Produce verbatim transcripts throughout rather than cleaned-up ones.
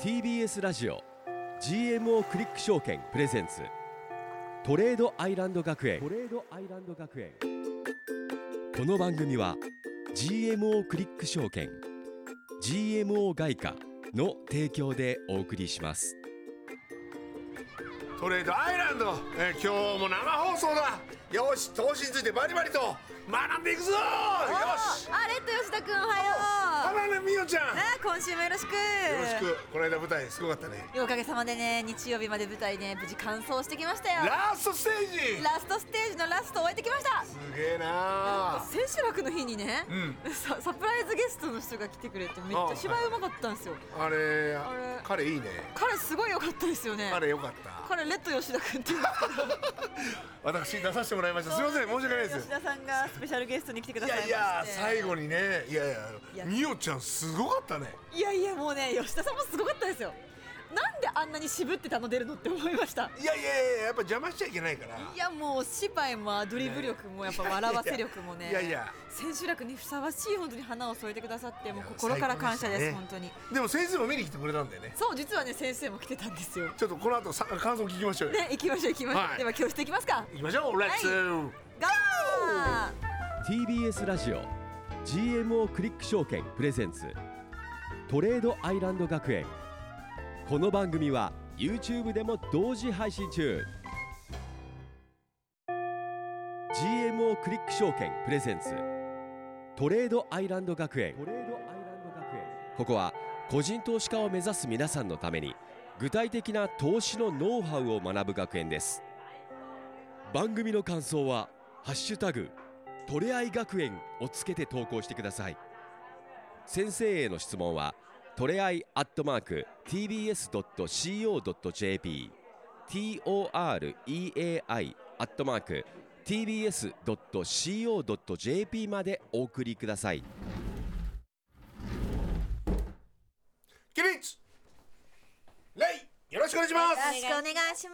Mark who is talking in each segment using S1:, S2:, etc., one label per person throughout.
S1: ティービーエス ラジオ ジーエムオー クリック証券プレゼンツトレードアイランド学園トレードアイランド学園この番組は ジーエムオー クリック証券 ジーエムオー 外貨の提供でお送りします。
S2: トレードアイランド、えー、今日も生放送だ。よし、投資についてバリバリと学んでいくぞ。よし。
S3: あ、レッド吉田くんおはよ
S2: あらね、みよちゃん、
S3: う。ね、今週もよろしく。よ
S2: ろしく。この間舞台すごかったね。
S3: おかげさまでね、日曜日まで舞台ね無事完走してきましたよ。
S2: ラストステージ
S3: ラストステージのラストを終えてきました。
S2: すげえな。
S3: 千秋楽の日にね、うん、サ, サプライズゲストの人が来てくれてめっちゃ芝居うまかったんですよ。
S2: あれ
S3: あれ
S2: 彼いいね。
S3: 彼すごい良かったですよね。
S2: 彼良かった。
S3: 彼レッド吉田くんって言うんですけど
S2: 私出させてもらいました。すみません、申し訳ないです。
S3: 吉田さんがスペシャルゲストに来てくださいまして、
S2: いやいや最後にね、いやいやみよちゃんすごかったね。
S3: いやいやもうね、吉田さんもすごかったですよ。なんであんなに渋って頼んでるのって思いました。
S2: いやいやいや、やっぱ邪魔しちゃいけないから。
S3: いやもう芝居もアドリブ力もやっぱ笑わせ力もね、
S2: いやいや
S3: 千秋楽にふさわしい本当に花を添えてくださって、もう心から感謝です、ね、本当に。
S2: でも先生も見に来てくれたんだよね。
S3: そう、実はね先生も来てたんですよ。
S2: ちょっとこの後さ感想聞きましょうよ。
S3: ね、行きましょう行きましょう、はい、では教室行きますか。
S2: 行きましょう。レッツゴー。
S1: ティービーエス ラジオ ジーエムオー クリック証券プレゼンツトレードアイランド学園。この番組は YouTube でも同時配信中。 ジーエムオー クリック証券プレゼンツトレードアイランド学園。ここは個人投資家を目指す皆さんのために具体的な投資のノウハウを学ぶ学園です。番組の感想はハッシュタグトレアイ学園をつけて投稿してください。先生への質問はトレアイアットマーク ティービーエスドットシーオードットジェーピー トレアイアットマーク ティービーエスドットシーオードットジェーピー までお送りください。
S2: 起立礼、よろしくお願いします。
S3: よろしくお願いします。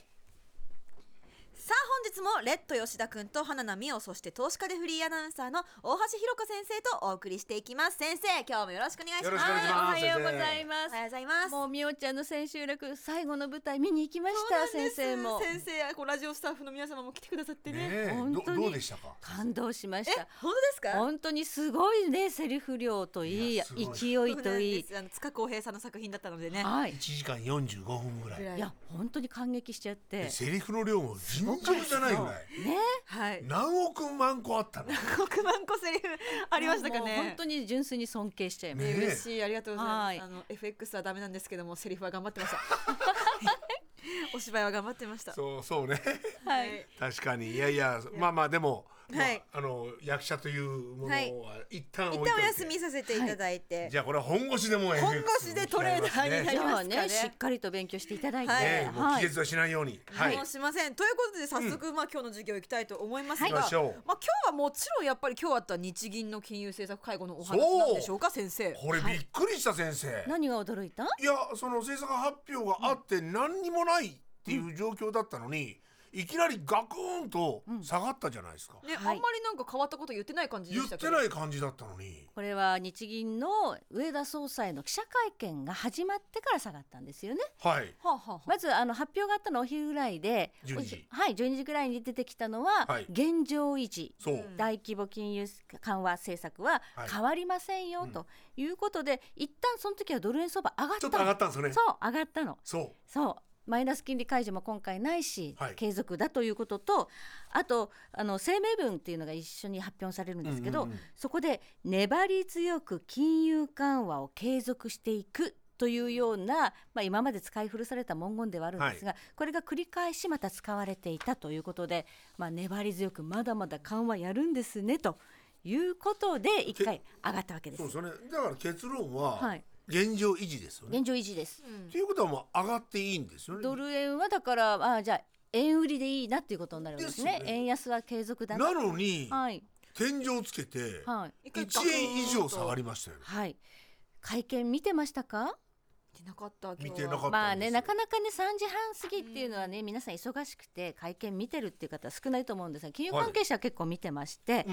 S3: さあ本日もレッド吉田くんと花奈美桜、そして投資家でフリーアナウンサーの大橋ひろ子先生とお送りしていきます。先生、今日もよろしくお願いします。
S2: よろしくお願いします。
S4: おはようございます。
S3: おはようございます。
S4: もうみおちゃんの千秋楽最後の舞台見に行きました。先生も
S3: 先生やこうラジオスタッフの皆様も来てくださってね、
S2: ね、
S4: 本当に
S2: ど, どうでしたか。
S4: 感動しました。
S3: え、本当ですか。
S4: 本当にすごいね、セリフ量といい、い勢いといい、
S3: あの塚公平さんの作品だったのでね、
S4: はい、
S2: いちじかんよんじゅうごふんぐらい。
S4: いや本当に感激しちゃって、
S2: セリフの量も尋常じゃないぐらい
S4: ね、
S3: はい、
S2: 何億万個あったの。
S3: 何億万個セリフありましたかね。
S4: 本当に純粋に尊敬しちゃいます、
S3: ね、嬉しい、ありがとうございます、
S4: はい、
S3: あの エフエックス はダメなんですけどもセリフは頑張ってましたお芝居は頑張ってました。
S2: そうそうね、
S3: はい、
S2: 確かに。いやいや、まあまあでも、
S3: はい、
S2: まあ、あの役者というものは一旦置いといて、
S3: 一旦お休みさせていただいて、
S2: はい、じゃあこれは本腰でもう エフエックス
S3: 本腰でトレーダーになりますかね。
S4: ね、しっかりと勉強していただいて、
S3: はい、
S2: ね、もう気絶はしないように、
S3: はい、もうしません。ということで早速、うん、まあ今日の授業行きたいと思いますが、はい、まあ
S2: 今
S3: 日はもちろんやっぱり今日あった日銀の金融政策会合のお話なんでしょうか。先生、
S2: これびっくりした。先生、はい、
S4: 何が驚いた。
S2: いや、その政策発表があって何にもないっていう状況だったのに、うん、いきなりガクーンと下がったじゃないですか、
S3: うんね、はい、あんまりなんか変わったこと言ってない感じでしたけど。
S2: 言ってない感じだったのに。
S4: これは日銀の植田総裁の記者会見が始まってから下がったんですよね。
S2: はい、
S3: はあはあ、
S4: まずあの発表があったのお昼ぐらいで、
S2: じゅうにじ、
S4: はい、じゅうにじぐらいに出てきたのは、はい、現状維持、大規模金融緩和政策は変わりませんよ、はい、ということで、うん、一旦その時はドル円相場上がったの。
S2: ちょっと上がったんですよね。
S4: そう上がったの。
S2: そう
S4: そうマイナス金利解除も今回ないし、
S2: はい、
S4: 継続だということと、あとあの声明文っていうのが一緒に発表されるんですけど、うんうんうん、そこで粘り強く金融緩和を継続していくというような、まあ、今まで使い古された文言ではあるんですが、はい、これが繰り返しまた使われていたということで、まあ、粘り強くまだまだ緩和やるんですねということで一回上がったわけです。
S2: そうですよね。だから結論は、はい、現状維持ですよね。
S4: 現状維持です、
S2: うん、ということはもう上がっていいんですよね。
S4: ドル円はだからあじゃあ円売りでいいなっていうことになるんですね。ですね、円安は継続だな。
S2: なのに、はい、天井つけて、はい、いちえん以上下がりましたよね。
S4: はい、会見見てましたか。
S3: 見てなかった今日は。
S2: 見てなかったんですよ。
S4: まあね、なかなかねさんじはん過ぎっていうのはね、うん、皆さん忙しくて会見見てるっていう方は少ないと思うんですが、金融関係者は結構見てまして、はい、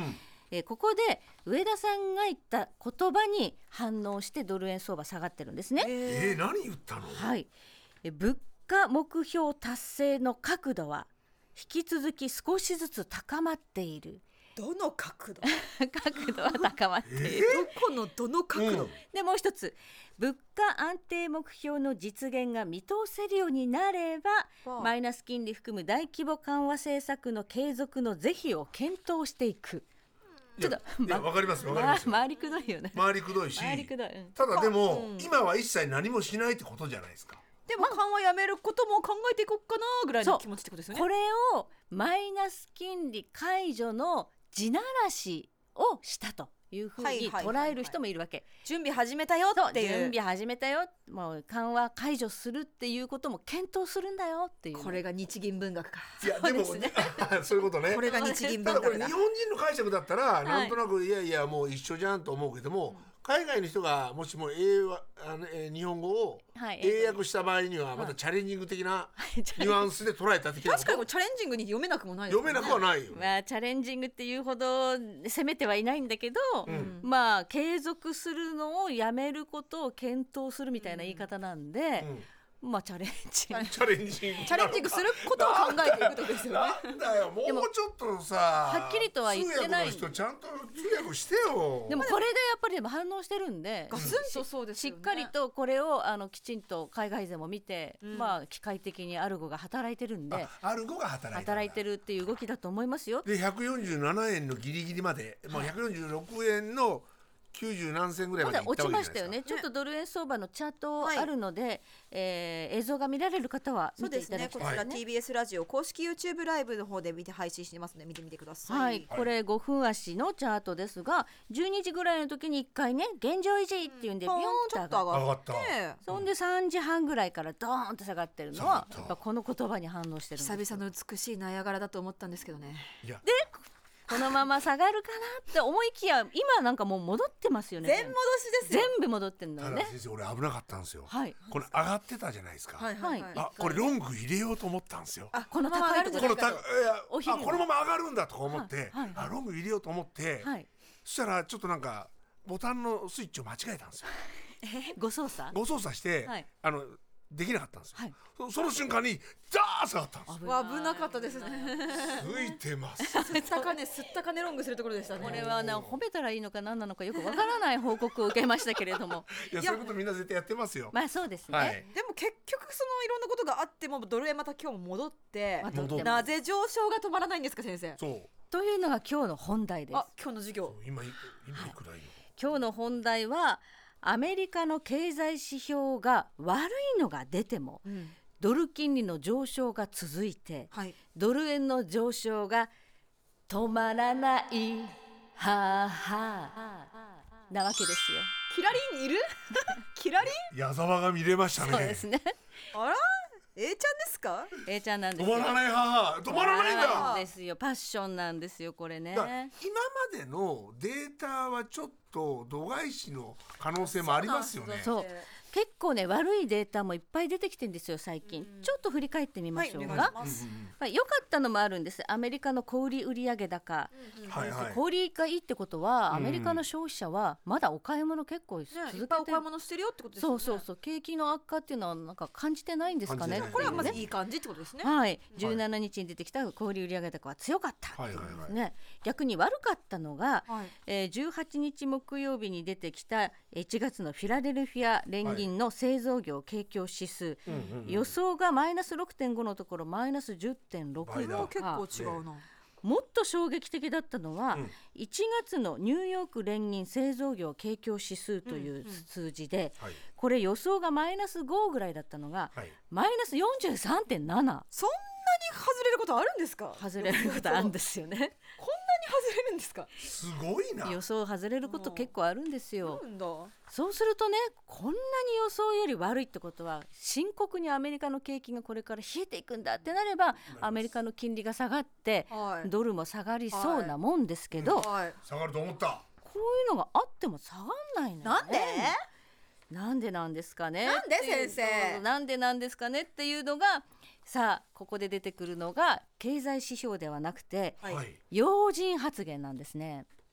S4: えーここで上田さんが言った言葉に反応してドル円相場下がってるんですね。
S2: えー、何言ったの？
S4: はい、えー物価目標達成の角度は引き続き少しずつ高まっている。
S3: どの角度
S4: 角度は高まっている、
S2: え
S3: どこのどの角度、
S2: うん
S4: でもう一つ、物価安定目標の実現が見通せるようになれば、
S3: はあ
S4: マイナス金利含む大規模緩和政策の継続の是非を検討していく。ちょっと
S2: いや、わかりますわかりますよ。
S4: 回りくどいよね。
S2: 回りくどいし、
S4: 回りくどい、うん
S2: ただでも、
S3: うん
S2: 今は一切何もしないってことじゃないですか。
S3: でも緩和やめることも考えていこうかなぐらい
S4: そう
S3: の気持ちってことですよね。
S4: これをマイナス金利解除の地ならしをしたというふうに
S3: はいはいはいはい
S4: 捉える人もいるわけ。
S3: 準備始めたよ
S4: そう
S3: っていう
S4: 準備始めたよ、もう緩和解除するっていうことも検討するんだよっていう。
S3: これが日銀文学か。
S2: いやでも
S3: そうですね
S2: そういうことね。
S3: これが日銀
S2: た
S3: 文学だ。
S2: だこれ日本人の解釈だったら、
S4: い
S2: なんとなくいやいやもう一緒じゃんと思うけども、海外の人がもしも英和あの、えー日本語を
S4: はい
S2: 英訳した場合にはまたチャレンジング的なニュアンスで捉えた的なこと。
S3: 確かにこれチャレンジングに読めなくもないですよね。
S2: 読めなくはないよね。
S4: まあ、チャレンジングっていうほど攻めてはいないんだけど、
S2: うん
S4: まあ継続するのをやめることを検討するみたいな言い方なんで、まあチャレンジ
S3: チャレン
S2: チャレンジング
S3: チャレンジングすることを考えていくってことですよね。
S2: なんだよ、も
S4: でも
S2: うちょっとさ、
S4: はっきりとは言ってない
S2: 通訳の人ちゃんと通訳してよ。
S4: でもこれでやっぱりでも反応してるんで、
S3: ガツンとそうですよね。
S4: しっかりとこれをあのきちんと海外勢も見て、
S3: うん
S4: まあ機械的にアルゴが働いてるんで、
S2: あアルゴが働いてる。
S4: 働いてるっていう動きだと思いますよ。
S2: でひゃくよんじゅうななえんのギリギリまで、まあひゃくよんじゅうろくえんのきゅうじゅう何銭ぐらいまで
S4: まだ
S2: 行ったわけじゃないですか。
S4: 落ちましたよね。ちょっとドル円相場のチャート
S3: はい
S4: あるので、えー映像が見られる方は
S3: そうです
S4: 見ていただ
S3: ね。こちら
S4: きたいですね。
S3: ティービーエス ラジオ公式 YouTube ライブの方で見て配信してますので見てみてください。
S4: はい、これごふん足のチャートですが、じゅうにじぐらいの時にいっかいね現状維持っていうんでビヨーン
S3: ちょっ
S4: と上がる。
S3: と上がって
S2: 上がっ
S4: そんでさんじはんぐらいからドーンと下がってるのは
S2: 下がった
S4: やっぱこの言葉に反応してるんですよ。
S3: 久々の美しいナイアガラだと思ったんですけどね。
S2: いや
S4: このまま下がるかなって思いきや今なんかもう戻ってますよね。
S3: 全戻しですよ。
S4: 全部戻ってんの
S2: た
S4: よね。
S2: だ先生俺危なかったんですよ。
S4: はい。
S2: これ上がってたじゃないですか。
S3: はいはいはい。
S2: あこれロング入れようと思ったんですよ。
S3: あ
S4: この高いところ
S2: このたいや
S4: お昼
S2: あこのまま上がるんだとか思って、
S4: はいはい
S2: あロング入れようと思って、
S4: はい。
S2: そしたらちょっとなんかボタンのスイッチを間違えたんですよ。
S4: ご操作。
S2: ご操作して、
S4: はい
S2: あのできなかったんですよ。
S4: はい。
S2: そその瞬間にザーッ下がったんですよ。
S3: わ危なかったですね。
S2: ついてます。
S3: 吸った金吸った金ロングするところでしたね。
S4: これはな褒めたらいいのか何なのかよくわからない報告を受けましたけれども、
S2: いやそういうことみんな絶対やってますよ。
S4: まあそうですね。
S2: はい。
S3: でも結局そのいろんなことがあってもドル円また今日も戻って
S4: 戻ってます
S3: なぜ上昇が止まらないんですか先生。
S2: そう。
S4: というのが今日の本題です。
S3: あ今日の授業。
S2: 今い今いくらいいの？
S4: 今日の本題はアメリカの経済指標が悪いのが出ても
S3: うん
S4: ドル金利の上昇が続いて
S3: はい。
S4: ドル円の上昇が止まらないはあはあなわけですよ。
S3: キラリンいる？キラリン？
S2: 矢沢が見れましたね。
S4: そうですね。
S3: あら A ちゃんですか？
S4: A ちゃんなんですよ。
S2: 止まらない母止まらないん
S4: な
S2: だ。
S4: んですよ。パッションなんですよこれね
S2: だ。から今までのデータはちょっと度外視の可能性もありますよね。
S4: そう結構ね悪いデータもいっぱい出てきてるんですよ最近、
S3: うん
S4: ちょっと振り返ってみましょう
S3: はいお
S4: が、
S3: 願いします。
S4: まあ、良かったのもあるんです。アメリカの小売売上高、
S2: はいはい。
S4: 小売がいいってことは、
S2: うん
S4: アメリカの消費者はまだお買い物結構続
S3: ね、
S4: け
S3: いってぱいお買い
S4: る。
S3: 物してるよってことですよね。
S4: そうそうそう景気の悪化っていうのはなんか感じてないんですかね
S2: 感じてない
S3: これはまず
S4: っていうね
S3: いい感じってことですね。
S4: はい、じゅうしちにちに出てきた小売売上高は強かったっていうことですね、逆に悪かったのが、
S3: はい。
S4: えー、じゅうはちにち木曜日に出てきたいちがつのフィラデルフィア連銀の製造業景況指数、
S2: うんうんうん
S4: 予想がマイナス ろくてんご のところマイナス じゅってんろく
S2: 倍だ
S3: 結構違うな。
S4: もっと衝撃的だったのは、
S2: うん
S4: いちがつのニューヨーク連銀製造業景況指数という
S3: うんうん
S4: 数字で、
S2: はい
S4: これ予想がマイナスごぐらいだったのが
S2: はい。
S4: マイナス よんじゅうさんてんなな
S3: そんなに外れることあるんですか？
S4: 外れることあるんですよね。
S3: こんなに外れるんですか？
S2: すごいな。
S4: 予想外れること結構あるんですよ。
S3: なんだ。
S4: そうするとねこんなに予想より悪いってことは深刻にアメリカの景気がこれから冷えていくんだってなればアメリカの金利が下がって
S3: はい。
S4: ドルも下がりそうなもんですけど、
S3: はい。
S2: 下がると思った。
S4: こういうのがあっても下がんないのよね。
S3: なんで？
S4: なんでなんですかね。
S3: なんで
S4: っていう
S3: 先生
S4: そうなんでなんですかねっていうのがさあここで出てくるのが経済指標ではなくて
S3: はい。
S2: はい。
S4: 要人発言なんですね。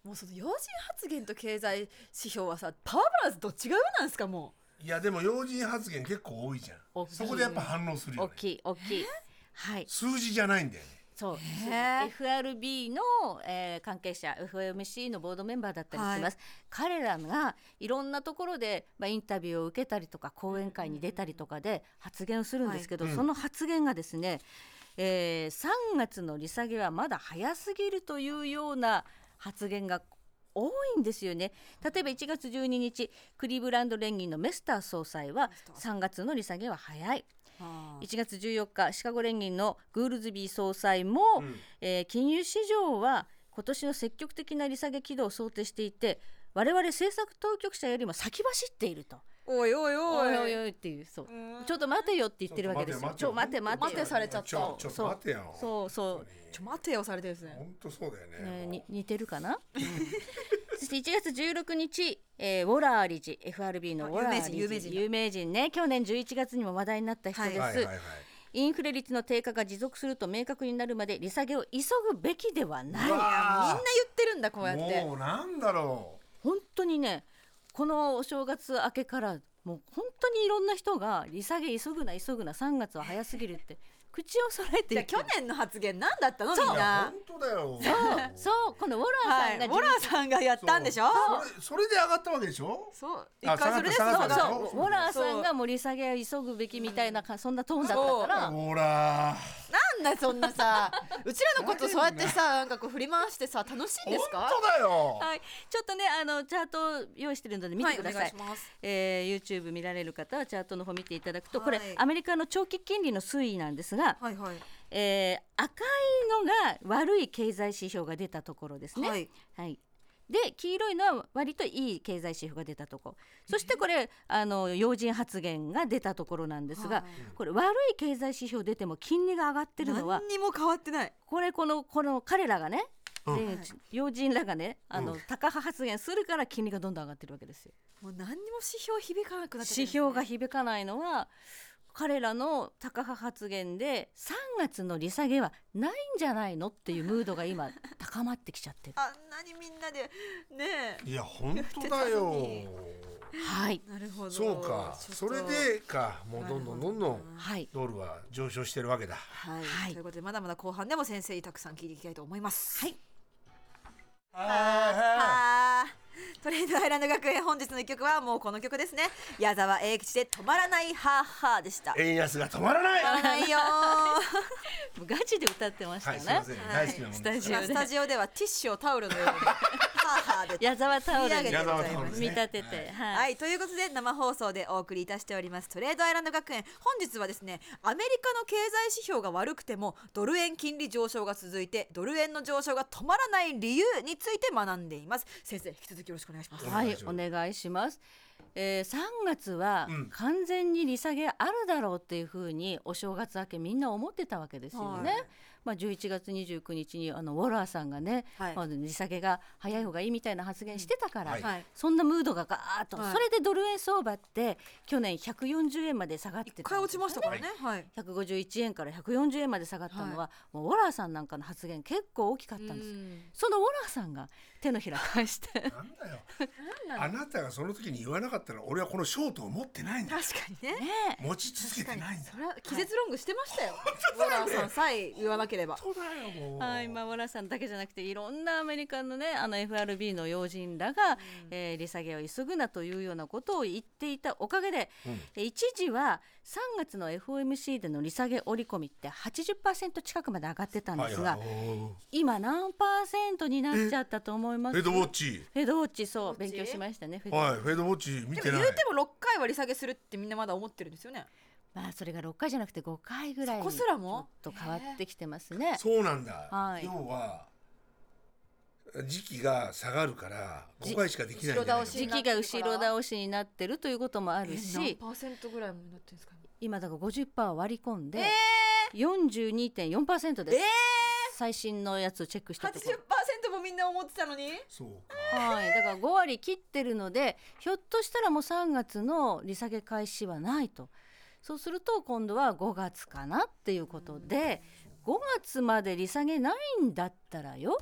S3: もうその要人発言と経済指標はさ、パワーバランスどっちが上なんですか？も
S2: いやでも要人発言結構多いじゃん。
S4: 大きい
S2: そこでやっぱ反応するよね。
S4: 大きい大きい、はい
S2: 数字じゃないんだよね。
S4: そう、
S3: へー
S4: エフアールビー の、えー関係者 エフオーエムシー のボードメンバーだったりします、
S3: はい
S4: 彼らがいろんなところで、まあ、インタビューを受けたりとか講演会に出たりとかで発言をするんですけど、
S2: はい
S4: その発言がですね、えーさんがつの利下げはまだ早すぎるというような発言が多いんですよね。例えばいちがつじゅうににちクリーブランド連銀のメスター総裁はさんがつの利下げは早い。いちがつじゅうよっかシカゴ連銀のグールズビー総裁も、
S2: うん
S4: えー金融市場は今年の積極的な利下げ軌道を想定していて、我々政策当局者よりも先走っていると、
S3: うおいおいおい
S4: おいおいおいっていう、そう
S3: うん
S4: ちょっと待てよって言ってるわけですよ。ちょ待て待て
S3: 待てされちゃった
S2: ちょちょっと待てよ。
S4: そうそう
S3: ちょ待てよされてるんですね。
S2: 本当そうだよね。
S4: ね、に似てるかなそしていちがつじゅうろくにち、えーウォラー理事 エフアールビー のウォラー理事
S3: 有名人有名人だ
S4: 有名人ね、去年じゅういちがつにも話題になった人です、
S2: はいはいはい。
S4: インフレ率の低下が持続すると明確になるまで利下げを急ぐべきではない。
S2: うわ
S3: みんな言ってるんだこうやって。
S2: もうなんだろ
S4: 本当にね、このお正月明けからもう本当にいろんな人が利下げ急ぐな急ぐなさんがつは早すぎるって口を揃えて
S3: じゃあ去
S4: 言ってる。
S3: 年の発言何だったのみん
S2: う。いや
S3: な
S2: 本。当だよ。
S4: そうこのウォラ
S3: はい、
S4: ーさんが
S3: モラーさんがやったんでしょ。
S2: それそれで上がったわけでしょ。
S3: そう
S2: あ
S3: 一回それで
S2: 下がった下がった
S3: そう
S4: そうウォラーさんがもう利下げを急ぐべきみたいなかそんなトーンだったから、
S2: ほら。
S3: なんだそんなさうちらのことそうやってさなんかこう振り回してさ楽しいんですか？
S2: 本当だよ。
S4: はい、ちょっとねあのチャートを用意してるので見てください、
S3: はい、お願いします。
S4: えー YouTube 見られる方はチャートの方見ていただくと、
S3: はい
S4: これアメリカの長期金利の推移なんですが、
S3: はいはい
S4: えー赤いのが悪い経済指標が出たところですね、
S3: はい
S4: はい、で黄色いのは割といい経済指標が出たところ、そしてこれあの要人発言が出たところなんですが、
S3: はい
S4: これ悪い経済指標出ても金利が上がってるのは
S3: 何にも変わってない。
S4: これこのこの彼らがね、
S2: うん
S4: で要人らがねあの、
S2: うん
S4: 高派発言するから金利がどんどん上がってるわけですよ。
S3: もう何にも指標響かなくなっちゃってるんですね。
S4: 指標が響かないのは彼らの高派発言でさんがつの利下げはないんじゃないのっていうムードが今高まってきちゃってる。
S3: あんなにみんなでね
S2: いや本当だよ。
S4: はい
S3: え。なるほど。
S2: そうか。
S3: ちょっと
S2: それでか。もうどんどんどんどん
S4: はい
S2: ドルは上昇してるわけだ。
S3: はい、
S4: はい
S3: ということでまだまだ後半でも先生にたくさん聞いていきたいと思います。
S4: はい。
S2: は
S3: はートレードアイランド学園本日の一曲はもうこの曲ですね。矢沢永吉で止まらないハーハーでした。
S2: 円安が止まらない。
S3: 止まらないよ
S4: もうガチで歌ってました
S2: はい、
S4: ね、
S2: すみません、
S3: はい
S2: 大好きなもの
S4: スタジオ
S3: 今スタジオではティッシュをタオルのようにハーハーで
S4: 矢沢タオルに
S3: 盛り上げてございます
S2: 矢沢タオルですね
S4: 見立てて、はい
S3: はい、ということで生放送でお送りいたしておりますトレードアイランド学園。本日はですねアメリカの経済指標が悪くてもドル円金利上昇が続いてドル円の上昇が止まらない理由について学んでいます。先生引き続きよろしくお願いします。
S4: はい、お願いします。えー、さんがつは
S2: うん
S4: 完全に利下げあるだろうっていうふうにお正月明けみんな思ってたわけですよね。
S3: はい
S4: まあ、じゅういちがつにじゅうくにちにあのウォラーさんがね、
S3: はい
S4: あの利下げが早い方がいいみたいな発言してたから、
S2: はい
S3: はい
S4: そんなムードがガーッと、
S3: はい
S4: それでドル円相場って去年ひゃくよんじゅうえんまで下がってたんですよね。
S3: 一回落ちましたからね。はい。
S4: ひゃくごじゅういちえんからひゃくよんじゅうえんまで下がったのは、もうウォラーさんなんかの発言結構大きかったんです。
S3: うん
S4: そのウォラーさんが手のひら返して
S2: なんだよ。あなたがその時に言わなかったら、俺はこのショートを持ってないんだ。
S3: 確かにね。
S4: ねえ
S2: 持ち続けてないんだ。
S3: それは気絶ロングしてましたよ。ウォラーさんさえ言わなければ。
S2: そうだよ、もう。
S4: はい、まあ、ウォラーさんだけじゃなくていろんなアメリカのねあの エフアールビー の要人らが、えー利下げを急ぐなというようなことを言っていたおかげで、
S2: うん
S4: えー一時はさんがつの エフオーエムシー での利下げ織り込みって はちじゅっパーセント 近くまで上がってたんですが、
S2: はいはいおー
S4: 今何パーセントになっちゃったと思います？
S2: ヘッドウォッチ。
S4: フェドウォッチそう
S3: フェドウォッチ
S4: 勉強しましたね。フェド
S2: はい、フェードウォッチ見てない
S3: でも言う。てもろっかいは利下げするってみんなまだ思ってるんですよね。
S4: まあそれがろっかいじゃなくてごかいぐらいに
S3: そこすらも
S4: ちょっと変わってきてますね。
S2: そうなんだ。
S4: はい
S2: 要は時期が下がるから
S4: じ
S2: ごかいしかできないんじゃないの
S3: 後ろ倒し
S4: 時期が後ろ倒しになってるということもある
S3: え何
S4: し、
S3: パーセントぐらいになってるんですかね。
S4: 今だから ごじゅっパーセント 割り込んで、
S3: え
S4: よんじゅうにてんよんパーセント
S3: ー、
S4: です、
S3: え
S4: 最新のやつをチェックし
S3: ー、
S4: たとこ
S3: はちじゅっパーセントもみんな思ってたのに。
S2: そう
S4: ろ、はい、だからごわり切ってるのでひょっとしたらもうさんがつの利下げ開始はないと。そうすると今度はごがつかなっていうことで、ごがつまで利下げないんだったらよ、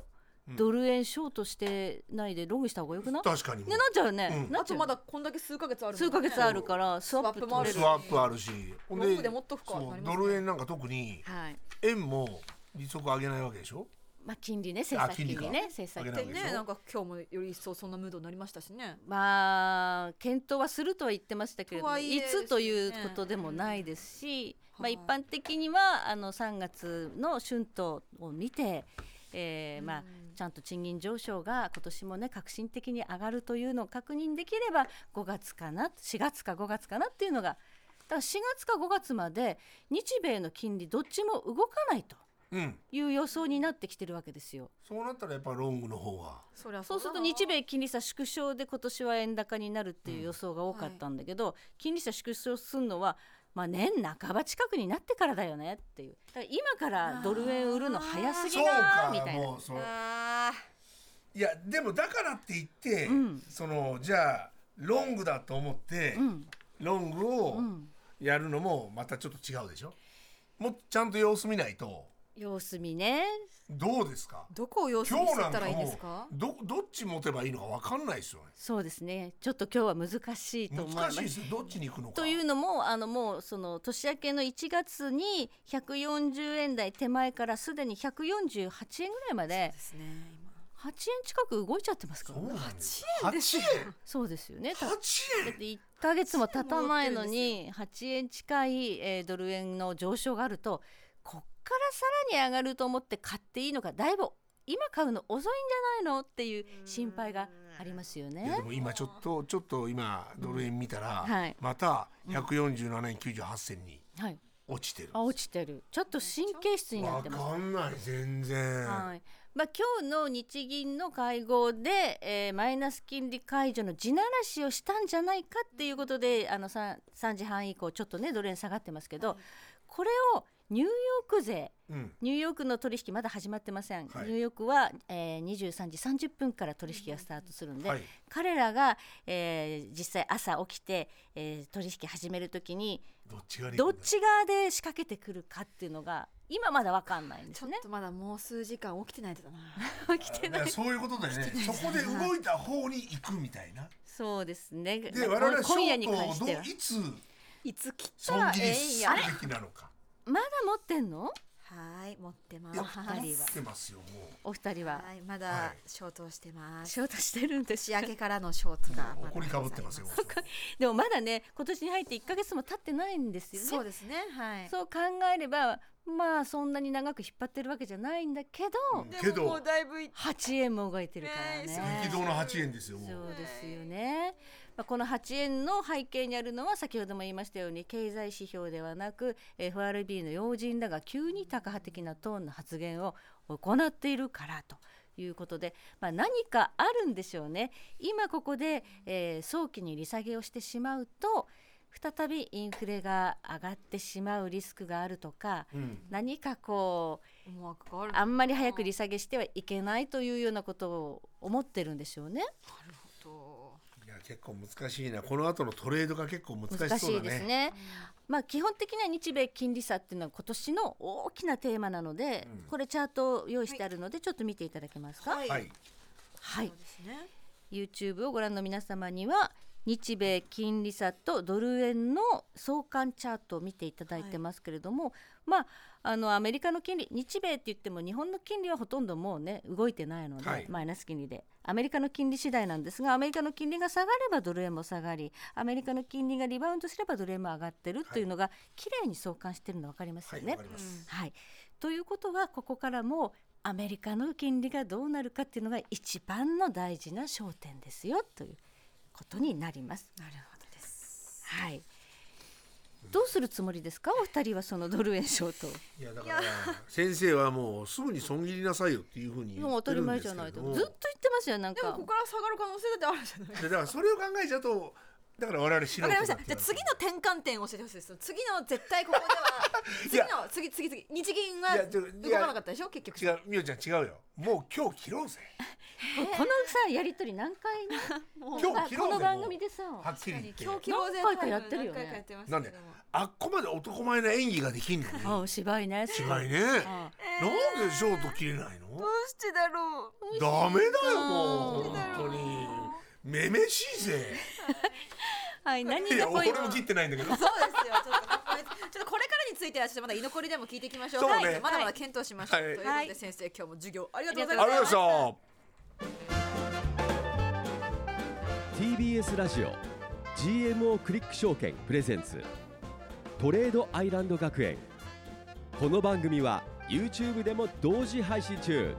S4: ドル円ショートしてないでロングした方がよくない？
S2: 確かに
S4: ね、なっちゃうよね、
S2: うん
S3: あと
S4: なっちゃう
S3: まだこんだけ数ヶ月あるもんね。
S4: 数ヶ月あるからスワップ取れる。
S2: スワップあるし、ほん
S3: ロングで持っとくか
S2: そう
S3: なりますね
S2: ドル円なんか特に
S4: はい、
S2: 円も利息上げないわけでしょ。
S4: まあ金利ね、政策金利ね、
S2: あ金利か
S4: 政策金利
S2: 上げないわけでしょ
S3: でね、なんか今日もより一層そんなムードになりましたしね。
S4: まあ検討はするとは言ってましたけれども、
S3: とはいえ
S4: いつということでもないですし、まあ、
S3: はい
S4: 一般的にはあのさんがつの春闘を見て、えーまあ、ちゃんと賃金上昇が今年もね革新的に上がるというのを確認できればごがつかな、しがつかごがつかなっていうのが、だからしがつかごがつまで日米の金利どっちも動かないと
S2: うん。
S4: いう予想になってきてるわけですよ。
S2: そうなったらやっぱロングの方が。
S3: そりゃ
S4: そうすると
S3: だな
S4: 日米金利差縮小で今年は円高になるっていう予想が多かったんだけど、金利差縮小するのは、まあ、年半ば近くになってからだよねっていう。だから今からドル円売るの早すぎ
S2: そう
S4: だ
S2: か
S4: みたいな。
S2: もうそう。
S3: あ
S2: いやでもだからって言って、
S4: うん
S2: そのじゃあロングだと思って、
S4: うん
S2: ロングを
S4: うん、
S2: やるのもまたちょっと違うでしょ。もうちゃんと様子見ないと。
S4: 様子見ね。
S2: どうですか。
S3: ーどこを様子
S2: 今
S3: 見せたらいいん
S2: 日なんかも
S3: ですか？
S2: うどどっち持てばいいのか分かんないですよね。
S4: そうですね。ちょっと今日は難しいと思います。
S2: 難しいですよ。どっちに行くのか。
S4: というのもあのもうその年明けのいちがつにひゃくよんじゅうえん台手前からすでにひゃくよんじゅうはちえんぐらいまで
S3: ですね。
S4: はちえん近く動いちゃってますからね。
S2: そうなんです。
S3: はちえんですよ
S2: はちえん。
S4: そうですよね。た
S2: はちえん。
S4: だっていっかげつも経たないのにはちえん近い、えードル円の上昇があると、こっからさらに上がると思って買っていいのか、だいぶ今買うの遅いんじゃないのっていう心配がありますよ
S2: いや
S4: ね
S2: で。も今ちょっとちょっと今ドル円見たら、
S4: うんはい
S2: またひゃくよんじゅうななえんきゅうじゅうはちせんに
S4: はい、
S2: 落ちてる。
S4: あ落ちてる。ちょっと神経質にな
S2: わ
S4: ってます。
S2: かんない全然。
S4: はい、まあ、今日の日銀の会合で、えーマイナス金利解除の地ならしをしたんじゃないかっていうことで、あの 3, さんじはん以降ちょっとねドル円下がってますけど、これをニューヨーク勢、
S2: うん。
S4: ニューヨークの取引まだ始まってません、
S2: はい
S4: ニューヨークは、えー、にじゅうさんじさんじゅっぷんから取引がスタートするんで、
S2: はい。
S4: 彼らが、えー実際朝起きて、えー取引始めるときに
S2: どっちが
S4: どっち側で仕掛けてくるかっていうのが今まだ分かんないんですね。
S3: ちょっとまだもう数時間起きてないとだな。
S4: 起きて
S2: だからそういうことだよね。そこで動いた方に行くみたいな。
S4: そうですね。
S2: で我々はショ
S4: 今夜に
S2: ートを
S4: 関しては
S2: どういつ
S3: いつ切ったら
S2: 損切り
S3: ええんや。
S2: するべきなのか。
S4: まだ持ってんの？
S3: はい持ってま
S2: いや
S3: す。
S4: 二人は
S2: 持ってますよも
S4: お二人は
S3: はいま
S2: は
S3: だ
S2: い
S3: ショートをしてます。
S4: ショートしてるんです
S3: 年明けからのショートが
S2: う。
S3: まだ
S2: 怒りかぶってますよ。
S4: でもまだね今年に入っていっかげつも経ってないんですよね。
S3: そうですねはい。
S4: そう考えればまあそんなに長く引っ張ってるわけじゃないんだけど、
S2: うん
S3: で
S2: けど
S3: ももうだいぶいっ
S4: はちえんも動いてるからね。
S3: ね
S2: 激動のはちえんですよも
S4: そう
S2: う。
S4: ですよね。まあ、このはちえんの背景にあるのは先ほども言いましたように経済指標ではなく エフアールビー の要人らが急にタカ派的なトーンの発言を行っているからということで、まあ、何かあるんでしょうね。今ここで、えー早期に利下げをしてしまうと再びインフレが上がってしまうリスクがあるとか、
S2: うん。
S4: 何かこう
S3: 思惑がある。
S4: あんまり早く利下げしてはいけないというようなことを思ってるんでしょうね。
S3: なるほど。
S2: いや結構難しいな。この後のトレードが結構難しそうだね。
S4: 難しいですね。まあ、基本的には日米金利差っていうのは今年の大きなテーマなので、
S2: うん
S4: これチャートを用意してあるのでちょっと見ていただけますか。
S3: はい
S2: はい。
S4: はい
S3: そうですね。
S4: YouTube をご覧の皆様には日米金利差とドル円の相関チャートを見ていただいてますけれども、まああのアメリカの金利、日米って言っても日本の金利はほとんどもうね動いてないので、
S2: はい
S4: マイナス金利でアメリカの金利次第なんですが、アメリカの金利が下がればドル円も下がり、アメリカの金利がリバウンドすればドル円も上がってるというのが綺麗に相関しているの分かります
S2: はい。
S4: よね。
S2: わかります。
S4: はい、ということはここからもアメリカの金利がどうなるかっていうのが一番の大事な焦点ですよということになります。
S3: なるほどです。
S4: はい、どうするつもりですかお二人はそのドル円ショート。
S2: いやだから先生はもうすぐに損切りなさいよっていうふうに言
S4: もう当たり
S2: ってるんですけ
S4: 前じゃないと
S2: れども。
S4: ずっと言ってますよなんか
S3: でもここから下がる可能性だってあるじゃない。
S2: でだからそれを考えちゃうとだから我々素人
S3: わかりました。
S2: だって
S3: じゃあ次の転換点を教えてほしいです。次の絶対ここでは次の次次次日銀はい
S2: やちょ
S3: 動かなかったでしょ結局。
S2: 違うみおちゃん違うよもう今日切ろうぜ
S4: このさやりとり何回ね
S3: もう
S2: 今日切ろうぜ
S4: この番組でさ
S2: もうはっきり言って
S3: 今日切ろうぜ
S4: 何回かやってるよね
S3: 何回かやってました
S2: なんで
S3: けども
S2: あっこまで男前な演技ができんのに
S4: あ芝居ね
S2: 芝居ね
S4: あ
S2: なんでショート切れないの
S3: どうしてだろう。
S2: ダメだよもう
S3: どうしてだろう
S2: 本当にめめしいぜ。
S4: はい何
S2: いや
S4: がポイント
S2: 俺も切ってないんだけど。
S3: そうですよ。ちょっとちょっとこれからについてはちょっとまだ居残りでも聞いていきましょう。
S2: そうね
S3: はいまだまだ検討しましょう。
S2: はい
S3: ということで先生、今日も授業ありがとうござい
S2: あ
S3: ます。
S2: りがとうございました。
S1: ティービーエス ラジオ ジーエムオー クリック証券プレゼンツトレードアイランド学園。この番組は YouTube でも同時配信中。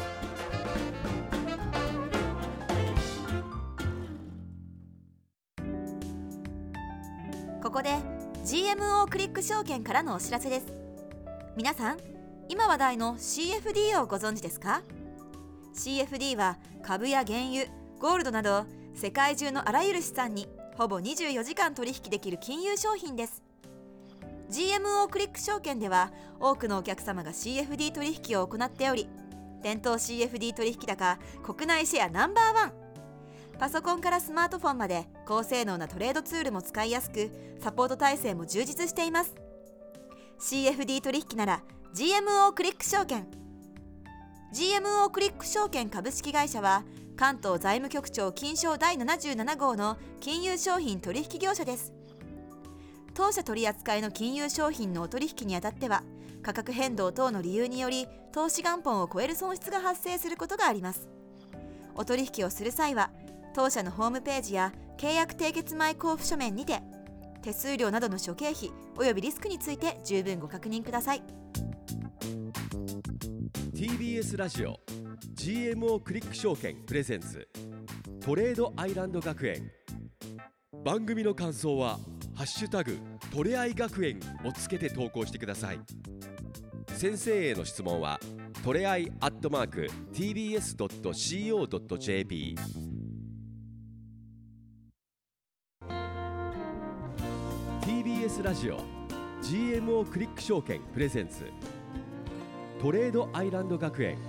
S3: ここで ジーエムオー クリック証券からのお知らせです。皆さん、今話題の シーエフディー をご存知ですか？ シーエフディー は株や原油、ゴールドなど世界中のあらゆる資産にほぼにじゅうよじかん取引できる金融商品です。 ジーエムオー クリック証券では多くのお客様が シーエフディー 取引を行っており、店頭 シーエフディー 取引高国内シェアナンバーワン。パソコンからスマートフォンまで高性能なトレードツールも使いやすく、サポート体制も充実しています。 シーエフディー 取引なら ジーエムオー クリック証券。 ジーエムオー クリック証券株式会社は関東財務局長金賞だいななじゅうなな号の金融商品取引業者です。当社取扱いの金融商品のお取引にあたっては、価格変動等の理由により投資元本を超える損失が発生することがあります。お取引をする際は当社のホームページや契約締結前交付書面にて手数料などの諸経費およびリスクについて十分ご確認ください。
S1: ティービーエス ラジオ ジーエムオー クリック証券プレゼンツトレードアイランド学園。番組の感想はハッシュタグトレアイ学園をつけて投稿してください。先生への質問はトレアイアットマーク ティービーエスドットシーオードットジェーピー。 ティービーエス ラジオ ジーエムオー クリック証券プレゼンツトレードアイランド学園。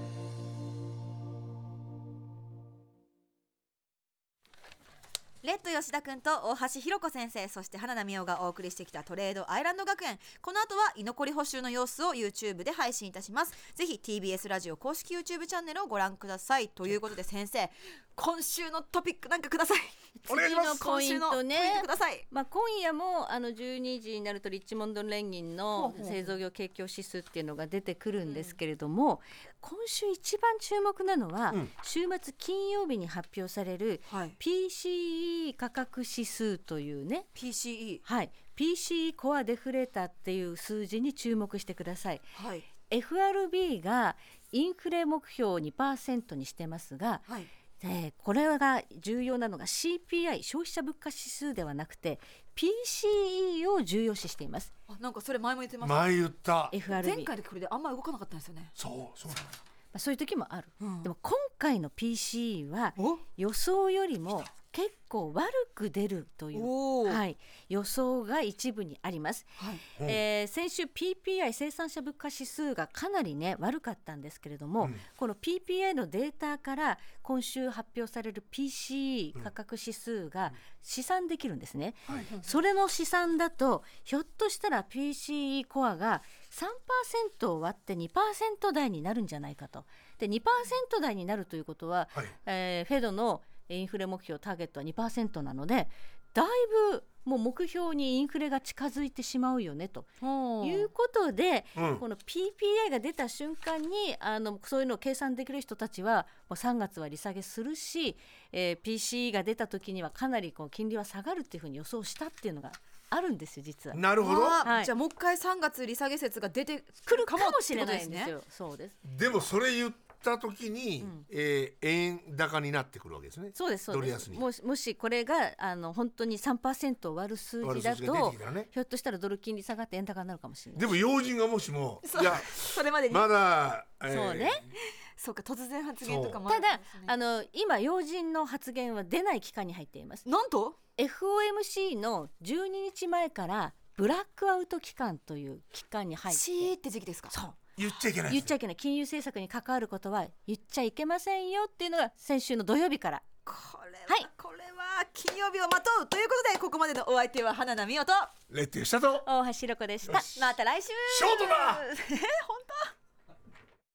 S3: レッド吉田くんと大橋ひろ子先生、そして花田美桜がお送りしてきたトレードアイランド学園。この後は居残り補修の様子を YouTube で配信いたします。ぜひ ティービーエス ラジオ公式 YouTube チャンネルをご覧ください。ということで先生、今週のトピックなんかください。
S2: お願いします。
S4: 次のポイントね
S3: 今週のポイントください。
S4: まあ、今夜もあのじゅうにじになるとリッチモンド連銀の
S3: ほうほう
S4: 製造業景況指数っていうのが出てくるんですけれども、今週一番注目なのは、
S2: うん
S4: 週末金曜日に発表される
S3: はい、
S4: ピーシーイー 価格指数というね、
S3: ピーシーイー、
S4: はい、ピーシーイー コアデフレーターっていう数字に注目してください。
S3: はい
S4: エフアールビー がインフレ目標を にパーセント にしてますが、
S3: はい、
S4: えーこれが重要なのが シーピーアイ 消費者物価指数ではなくて ピーシーイー を重要視しています。
S3: あ、なんかそれ前も言ってました。
S2: 前言った。
S4: エフアールビー
S3: 前回でこれであんまり動かなかったんですよね。
S2: そうそうだ。
S4: まあ、そういう時もある、
S3: うん
S4: でも今回の ピーシーイー は
S3: お
S4: 予想よりも結構悪く出るという、
S3: おー、
S4: はい、予想が一部にあります。
S3: はい、
S2: うん
S4: えー先週 ピーピーアイ 生産者物価指数がかなりね悪かったんですけれども、
S2: うん
S4: この ピーピーアイ のデータから今週発表される ピーシーイー 価格指数が試算できるんですね、
S2: はい
S4: それの試算だとひょっとしたら ピーシーイー コアが さんパーセント を割って にパーセント 台になるんじゃないかと。で にパーセント 台になるということは、
S2: はい。
S4: えーフェドのインフレ目標ターゲットは にパーセント なのでだいぶもう目標にインフレが近づいてしまうよねということで、
S2: うん
S4: この ピーピーアイ が出た瞬間にあのそういうのを計算できる人たちはもうさんがつは利下げするし、えー ピーシーイー が出た時にはかなりこう金利は下がるっていうふうに予想したっていうのがあるんですよ実は。
S2: なるほど。
S3: あー
S4: はい
S3: じゃあもう一回さんがつ利下げ説が出て
S4: 来るか
S3: かも
S4: もしれないん
S3: ってこと
S4: ですよ。そうです
S2: でもそれ言った時に、
S4: うん
S2: えー円高になってくるわけですね。
S4: そうですそうです
S2: ドル安に
S4: もしもしこれがあの本当に さんパーセント を割る数字だ
S2: 悪数字が出
S4: と
S2: てきたらね。
S4: ひょっとしたらドル金利下がって円高になるかもしれない。
S2: でも要人がもしも
S3: そう
S2: いや
S3: それまでに、
S2: まだ、えー
S4: そうね
S3: そうか突然発言とかもあ
S4: ただ
S3: るかもしれない
S4: あの今要人の発言は出ない期間に入っています。
S3: なんと
S4: エフオーエムシー のじゅうににちまえからブラックアウト期間という期間に入って、
S3: シーって時期ですか。
S4: そう
S2: 言っちゃいけない
S4: 言っちゃいけない金融政策に関わることは言っちゃいけませんよっていうのが先週の土曜日から。
S3: これは、
S4: はい
S3: これは金曜日をまとうということで、ここまでのお相手は花田美桜と
S2: レッテしたと
S4: 大橋ひろ子でした。
S2: よし
S3: また来週
S2: ショートだ
S3: え本当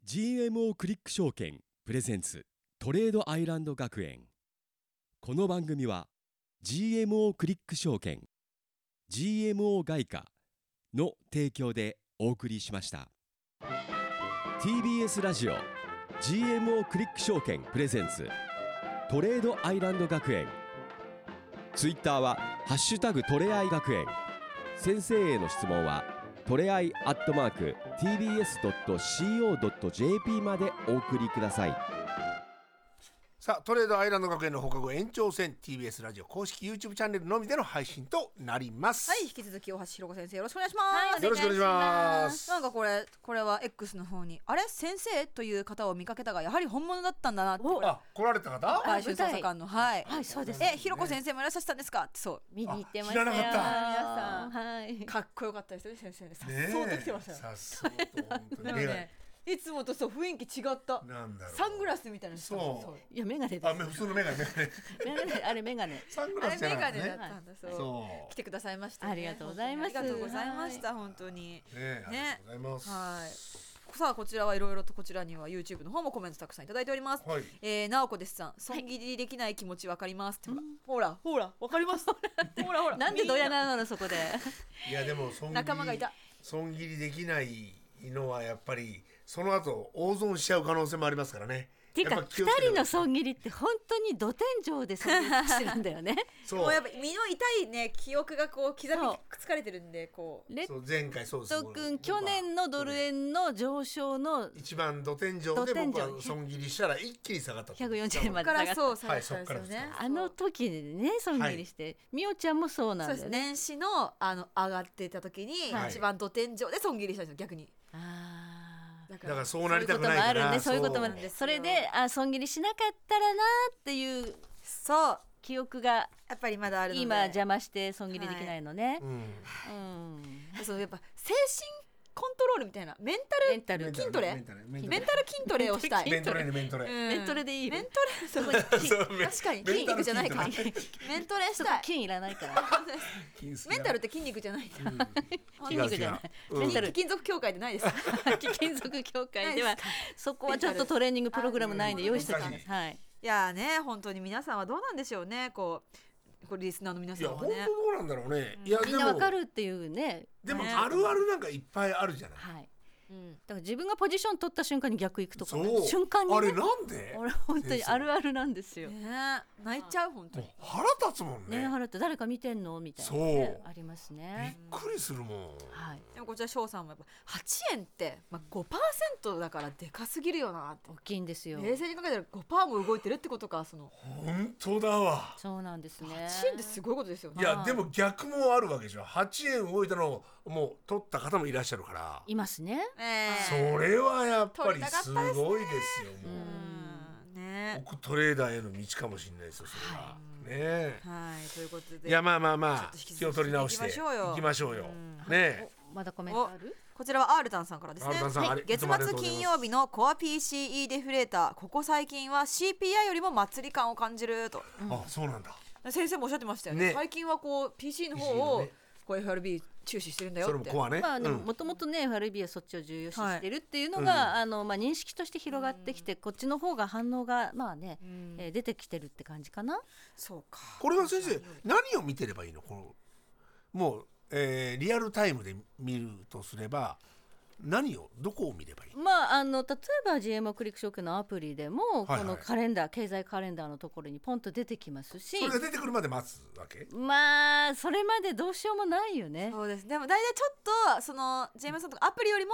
S1: ジーエムオー クリック証券プレゼンツトレードアイランド学園。この番組は ジーエムオー クリック証券 ジーエムオー 外貨の提供でお送りしました。 ティービーエス ラジオ ジーエムオー クリック証券プレゼンツトレードアイランド学園。ツイッターはハッシュタグトレアイ学園。先生への質問はトレアイアットマーク ティービーエスドットシーオードットジェーピー までお送りください。
S2: さあトレードアイランド学園の放課後延長戦 ティービーエス ラジオ公式 YouTube チャンネルのみでの配信となります。
S3: はい、引き続き大橋ひろ子先生よろしくお願いします、
S4: はい、
S2: よろしくお願いします。
S3: なんかこれこれは X の方にあれ先生という方を見かけたがやはり本物だったんだなって。これ
S2: あ、来られた方？
S3: 外周捜査官のはい、
S4: はいそうです。
S3: えひろ子先生もいらっしゃったんですかって。そう
S4: 見に行ってましたよ。
S2: あ知らなかった
S3: 皆さん
S4: はい。
S3: かっこよかったですよね先生ね。さっ
S2: ねえ
S3: そうと来てましたよ。
S2: さっそうと本当に目が
S3: でもねいつもとそう雰囲気違った。
S2: なんだろう。
S3: サングラスみたいなのしてました。
S2: そう
S4: いやメガネです。
S2: あ、普通のメガネメガネ。
S4: メガネあれメガネ。
S2: サング
S3: あれ
S2: ラスじゃな
S3: メガネだっ
S2: かったね。
S3: たんだ。そう
S2: そう。
S3: 来てくださいましたね。
S4: ありがとうございます
S3: ありがとうございました本当に。
S2: ねえ、ありがとうございます。
S3: はい。さあこちらはいろいろとこちらには YouTube の方もコメントたくさんいただいております。
S2: はい。
S3: えー、なおこですさん、損切りできない気持ちわかりますって。ほらほらほらわかります。ほらほら。
S4: なんでドヤなのそこで。
S2: いやでも損切り
S3: 仲間がいた。
S2: 損切りできないのはやっぱりその後大損しちゃう可能性もありますからね。
S4: ていうか
S2: やっぱ気を
S4: 二
S2: つけて
S4: 人の損切りって本当に土天井で損切りしてるんだよね。
S2: そう
S3: もうやっぱ身の痛いね記憶がこう刻み
S4: そう
S3: くっつかれてるんでこう。
S4: レッ
S2: そう前回そうです。
S4: ド君去年のドル円の上昇の
S2: 一番土天井で
S4: 土天井
S2: 僕は損切りしたら一気に下がったと。
S4: ひゃくよんじゅうえんま
S3: ここ
S4: で下がった。
S3: からそう下がった
S2: はいそっから
S3: ですよね。
S4: あの時にね損切りして、みおちゃんもそうなん
S3: そうです
S4: だよね。
S3: 年始のあの上がってた時に、
S2: はい
S3: 一番土天井で損切りしたんですよ逆に。
S4: あ
S3: だ
S2: だからそう
S4: あ。
S2: なりたくないから。
S4: そういうこともあるね。そういうこともある
S3: そう
S4: それであ損切りしなかったらなっていう
S3: そう
S4: 記憶が
S3: やっぱりまだあるので
S4: 今邪魔して損切りできないのね。
S2: うん。
S4: うん。
S3: そうやっぱ精神コントロールみたいなメンタル
S4: メンタル
S3: 筋トレ
S2: メンタルメンタル
S3: メンタル筋トレをしたい。
S2: メントレねメントレ。
S3: うん
S4: メントレでいいよ
S3: メントレそう
S2: そうメン
S3: 確かに筋肉じゃないから
S2: メンタル
S3: メントレし
S4: そこ
S3: たい。
S4: 筋いらないから。
S3: メンタルって筋肉じゃないから
S4: 筋肉じゃない。
S2: うん
S4: メンタル
S3: 貴金属協会でないです。
S4: 貴金属協会では
S3: ないです
S4: そこはちょっとトレーニングプログラムないんで用意してたん
S2: うん
S4: です。はい。
S3: いやーね本当に皆さんはどうなんでしょうねこうこれリスナーの皆
S2: いや本当
S3: さんはね。
S2: どうなんだろうね。いや
S4: みんなわか
S2: る。
S4: るっていうね。
S2: でも
S3: ね
S2: あるあるなんかいっぱいあるじゃない。
S4: はい。
S3: うん
S4: だから自分がポジション取った瞬間に逆行くとかね、
S2: そう。
S4: 瞬間にね。
S2: あれなんで？
S4: 俺本当にあるあるなんですよ。
S3: ね泣いちゃう本当に。
S2: 腹立つもんね。
S4: ね、払って誰か見てんのみたいな、
S2: そう
S4: ね、あります
S2: びっ
S4: ね。
S2: くりするもん。
S4: はい。
S3: でもこちら翔さんもやっぱはちえんって、まあ、ごパーセントだからでかすぎるよなって
S4: 大きいんですよ。
S3: 冷静に考えたら ごパーセント も動いてるってことかその
S2: 本当だわ。
S4: そうなんですね。
S3: はちえんってすごいことですよね。
S2: いやでも逆もあるわけでしょ。はちえん動いたのをもう取った方もいらっしゃるから。
S4: いますね。
S2: そ
S3: えー
S2: れはやっぱ
S3: 取りたか
S2: りす
S3: ったですね
S2: ごいですよ。も
S3: うんね
S2: う億トレーダーへの道かもしれないですよそれは。ね
S3: はいということで
S2: え。いやまあまあまあ
S3: ちょっと引き続き
S2: 気を取り直して
S3: 行きましょうよ
S2: 行きましょうよ。
S3: うん
S2: ねえ。
S4: おまだコメントある？
S3: こちらはアールタンさんからですね。
S2: アールタンさんありい
S3: 月
S2: つもありがとうございます
S3: 末金曜日のコア ピーシーイー デフレーターここ最近は シーピーアイ よりも祭り感を感じると、
S2: あそうなんだ。
S3: 先生もおっしゃってましたよね。
S2: ね
S3: 最近はこう ピーシー の方
S2: ピーシー の
S3: を
S2: ね
S3: こう エフアールビー 注視してるんだよって。
S2: それもコアね。
S4: まあでも
S2: うん
S4: もともとね エフアールビー はそっちを重要視してるっていうのが、
S2: はい
S4: あのまあ認識として広がってきて、こっちの方が反応がまあね、
S3: うん
S4: えー出てきてるって感じかな。
S3: そうか。
S2: これは先生何を見てればいいの？このもう、えーリアルタイムで見るとすれば何をどこを見ればいい？
S4: まああの例えば ジーエムオー クリック証券のアプリでも、
S2: はいはい
S4: このカレンダー経済カレンダーのところにポンと出てきますし、
S2: それが出てくるまで待つわけ？
S4: まあそれまでどうしようもないよね。
S3: そうですでも大体ちょっとそのジェームスさんとかアプリよりも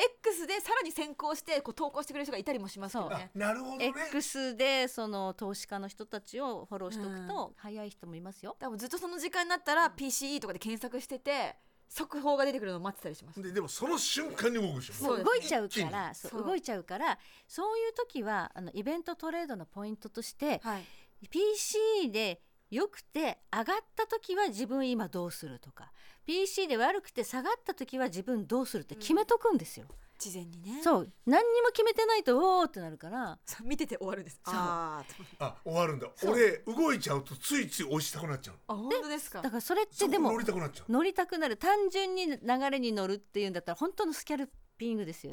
S3: X でさらに先行してこう投稿してくれる人がいたりもしますよ
S2: あ
S3: ね。
S2: なるほどね。
S4: X でその投資家の人たちをフォローしておくと早い人もいますよ。
S3: でもずっとその時間になったら ピーシーイー とかで検索してて速報が出てくるのを待ってたりします。
S2: ででもその瞬間に動くでしょ。
S3: そうです
S4: もう動いちゃうか
S2: 一気
S4: らそう
S3: そう
S4: 動いちゃうからそういう時はあのイベントトレードのポイントとして
S3: はい。
S4: ピーシー で良くて上がった時は自分今どうするとか ピーシー で悪くて下がった時は自分どうするって決めとくんですよ。
S3: 事前にね。
S4: そう何にも決めてないとおーってなるから
S3: そう見てて終わるんです。
S4: そう
S3: あーと
S2: あ終わるんだ。
S4: そう
S2: 俺動いちゃうとついつい押したくなっちゃう。
S3: あ本当ですか。
S4: だからそれっ
S2: そこ
S4: てでも
S2: 乗りたくなっちゃう。
S4: 乗りたくなる単純に流れに乗るっていうんだったら本当のスキャルピングですよね。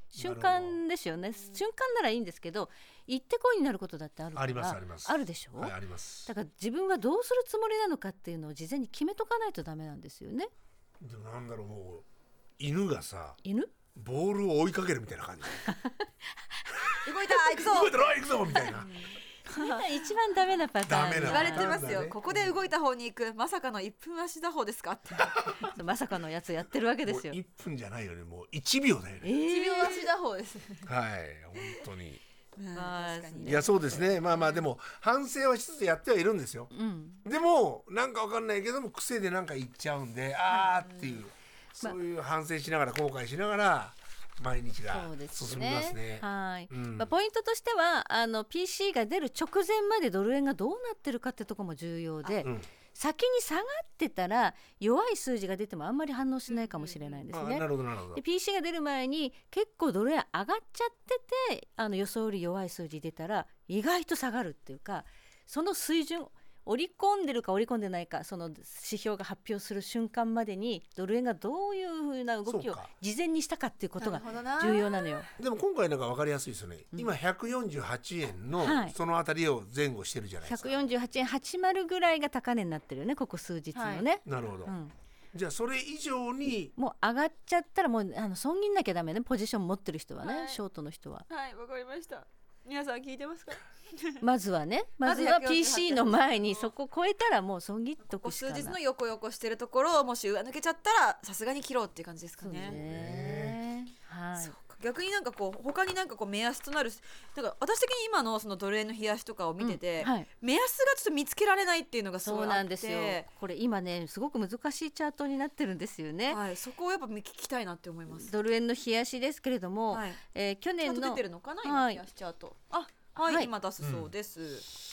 S4: 瞬間ですよね。瞬間ならいいんですけど、行ってこいになることだってあるから。
S2: ありますあります。
S4: あるでしょ、
S2: はい、あります。
S4: だから自分はどうするつもりなのかっていうのを事前に決めとかないとダメなんですよね。
S2: でもなんだろう、もう犬がさ、
S4: 犬
S2: ボールを追いかけるみたいな感じ。
S3: 動いた行くぞ
S2: 動いたら行くぞみたいな。
S4: 一番ダメなパターン。
S2: ダメな
S3: 言われてますよ、
S2: ね、
S3: ここで動いた方に行く、まさかのいっぷん足打法ですかって
S4: まさかのやつやってるわけですよ。
S2: いっぷんじゃないよね、もういちびょうだよね、
S4: えー、
S3: いちびょう足打法です
S2: はい本当に、
S3: うん、
S4: まあ
S3: 確かにね。
S2: いやそうですね。まあまあでも反省はしつつやってはいるんですよ、
S4: うん、
S2: でもなんかわかんないけども癖でなんか言っちゃうんで、あーっていう、そういう反省しながら後悔しながら毎日が進みますね。
S4: はい、
S2: うん
S4: まあ、ポイントとしてはあの ピーシー が出る直前までドル円がどうなってるかってところも重要で、
S2: うん、
S4: 先に下がってたら弱い数字が出てもあんまり反応しないかもしれないんですね。
S2: あ、なるほどなるほど。
S4: で ピーシー が出る前に結構ドル円上がっちゃってて、あの予想より弱い数字出たら意外と下がるっていうか、その水準織り込んでるか織り込んでないか、その指標が発表する瞬間までにドル円がどういうふうな動きを事前にしたかっていうことが重要なのよ。
S2: でも今回なんか分かりやすいですよね、うん、今ひゃくよんじゅうはちえんのそのあたりを前後してるじゃないですか、
S4: ひゃくよんじゅうはちえんはちじゅうぐらいが高値になってるよね、ここ数日のね、はい、
S2: なるほど、
S4: うん、
S2: じゃあそれ以上に
S4: もう上がっちゃったらもうあの損切んなきゃダメね、ポジション持ってる人はね、はい、ショートの人は。
S3: はい、わかりました。皆さん聞いてますか
S4: まずはね、まずは ピーシー の前にそこ超えたらもう損切っとくしかない。
S3: 数日の横横してるところをもし上抜けちゃったらさすがに切ろうっていう感じですかね。
S4: そうね、はい、
S3: そうか。逆になんかこう他になんかこう目安となる、なんか私的に今のそのドル円の冷やしとかを見てて、うん、はい、目安がちょっと見つけられないっていうのがすごいあって、そうなんですよ。
S4: これ今ねすごく難しいチャートになってるんですよね、
S3: はい、そこをやっぱ聞きたいなって思います。
S4: ドル円の冷やしですけれども、はい、えー、去年の
S3: チャート出てるのかな、今冷やしチャート、あはい、はい、今出すそうです、うん、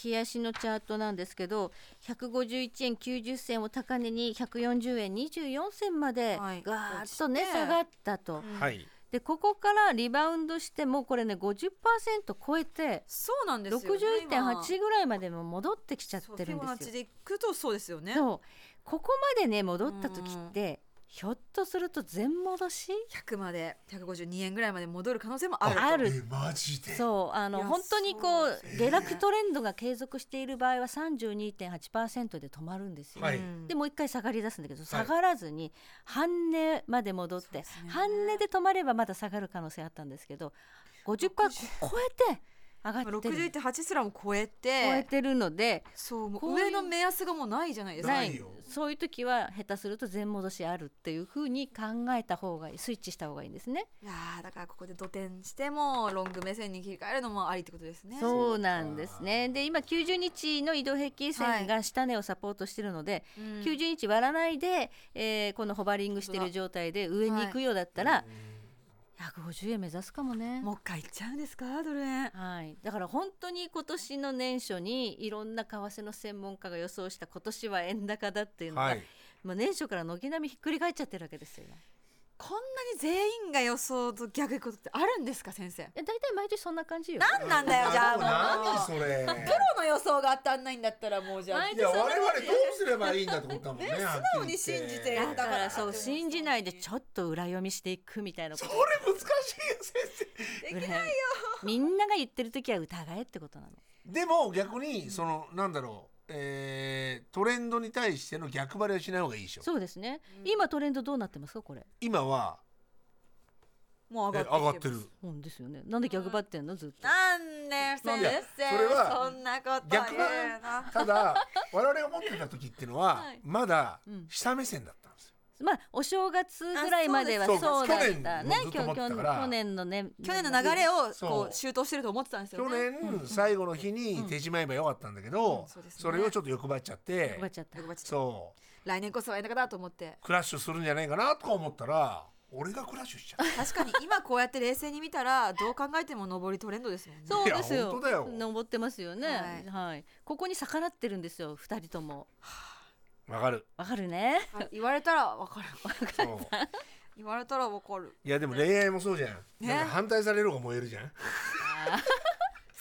S4: 冷やしのチャートなんですけど、ひゃくごじゅういちえんきゅうじゅっせんを高値にひゃくよんじゅうえんにじゅうよんせんまでガーッとね、はい、下がったと、うん、はい、でここからリバウンドしてもこれね ごじゅっパーセント 超えて、
S3: そうなんですよね、
S4: ろくじゅういってんはち ぐらいまでも戻ってきちゃってるんですよ。フィボナッチ
S3: でいくとそうですよね。
S4: そうここまでね戻った時って、ひょっとすると全戻し
S3: ひゃくまでひゃくごじゅうにえんぐらいまで戻る可能性もあると。
S4: ある。
S2: えマジで。
S4: そうあの本当にこう下落トレンドが継続している場合は さんじゅうにてんはちパーセント で止まるんですよ、はい、でもう一回下がり出すんだけど、下がらずに半値まで戻って、はい、半値で止まればまだ下がる可能性あったんですけど ごじゅっパーセント 超えて上がってる、
S3: ろくじゅういってんはちすらも超えて
S4: 超えてるので、
S3: そうもう上の目安がもうないじゃないですか。
S4: ないよ。そういう時は下手すると全戻しあるっていう風に考えた方がいい、スイッチした方がいいんですね。
S3: いやだからここで土点してもロング目線に切り替えるのもありってことですね。
S4: そうなんですね。で今きゅうじゅうにちの移動平均線が下値をサポートしてるので、はい、きゅうじゅうにち割らないで、えー、このホバリングしてる状態で上に行くようだったら、はい、ひゃくごじゅうえん目指すかもね。
S3: もう一回いっちゃうんですかドル円。
S4: はい、だから本当に今年の年初にいろんな為替の専門家が予想した今年は円高だっていうのが、はい、もう年初から軒並みひっくり返っちゃってるわけですよね。
S3: こんなに全員が予想と逆いくことってあるんですか先生。
S4: だいたい毎年そんな感じよ。
S3: なんなんだよじゃあもう
S2: 何それプロ
S3: の予想が当たんないんだったらもうじゃあ
S2: いや我々どうすればいいんだと思ったもんね。ね
S3: 素直に信じて
S4: だからそう信じないでちょっと裏読みしていくみたいなこと。
S2: それ難しいよ先
S3: 生。できないよ。
S4: みんなが言ってる時は疑えってことなの。
S2: でも逆にそのなんだろう、えー、トレンドに対しての逆張りをしない方がいいでしょ。
S4: そうですね、うん、今トレンドどうなってますかこれ。
S2: 今は
S3: もう上がって
S2: 上がってる。
S4: そうですよね。なんで逆張ってんのずっと。
S3: なんで先生それはそんなこと言うな。
S2: ただ我々が持ってた時っていうのは、はい、まだ下目線だったんですよ。
S4: まあお正月ぐらいまではそうだったね。去年のね
S3: 去年の流れをこう周到してると思ってたんですよね。
S2: 去年最後の日に手締まえばよかったんだけど、うんうんそね、それをちょっと欲張っちゃって
S4: 欲張っちゃった
S2: そう
S3: 来年こそは円高だと思って
S2: クラッシュするんじゃないかなとか思ったら俺がクラッシュしちゃう。
S3: 確かに今こうやって冷静に見たらどう考えても上りトレンドですもんね。
S4: そうですよ。
S2: 本当だよ。
S4: 上ってますよね、はいはい、ここに逆らってるんですよふたりとも。
S2: わかる
S4: わかるね、
S3: はい、言われたらわかるそう言われたらわかる。
S2: いやでも恋愛もそうじゃん、ね、なんか反対される方が燃えるじゃん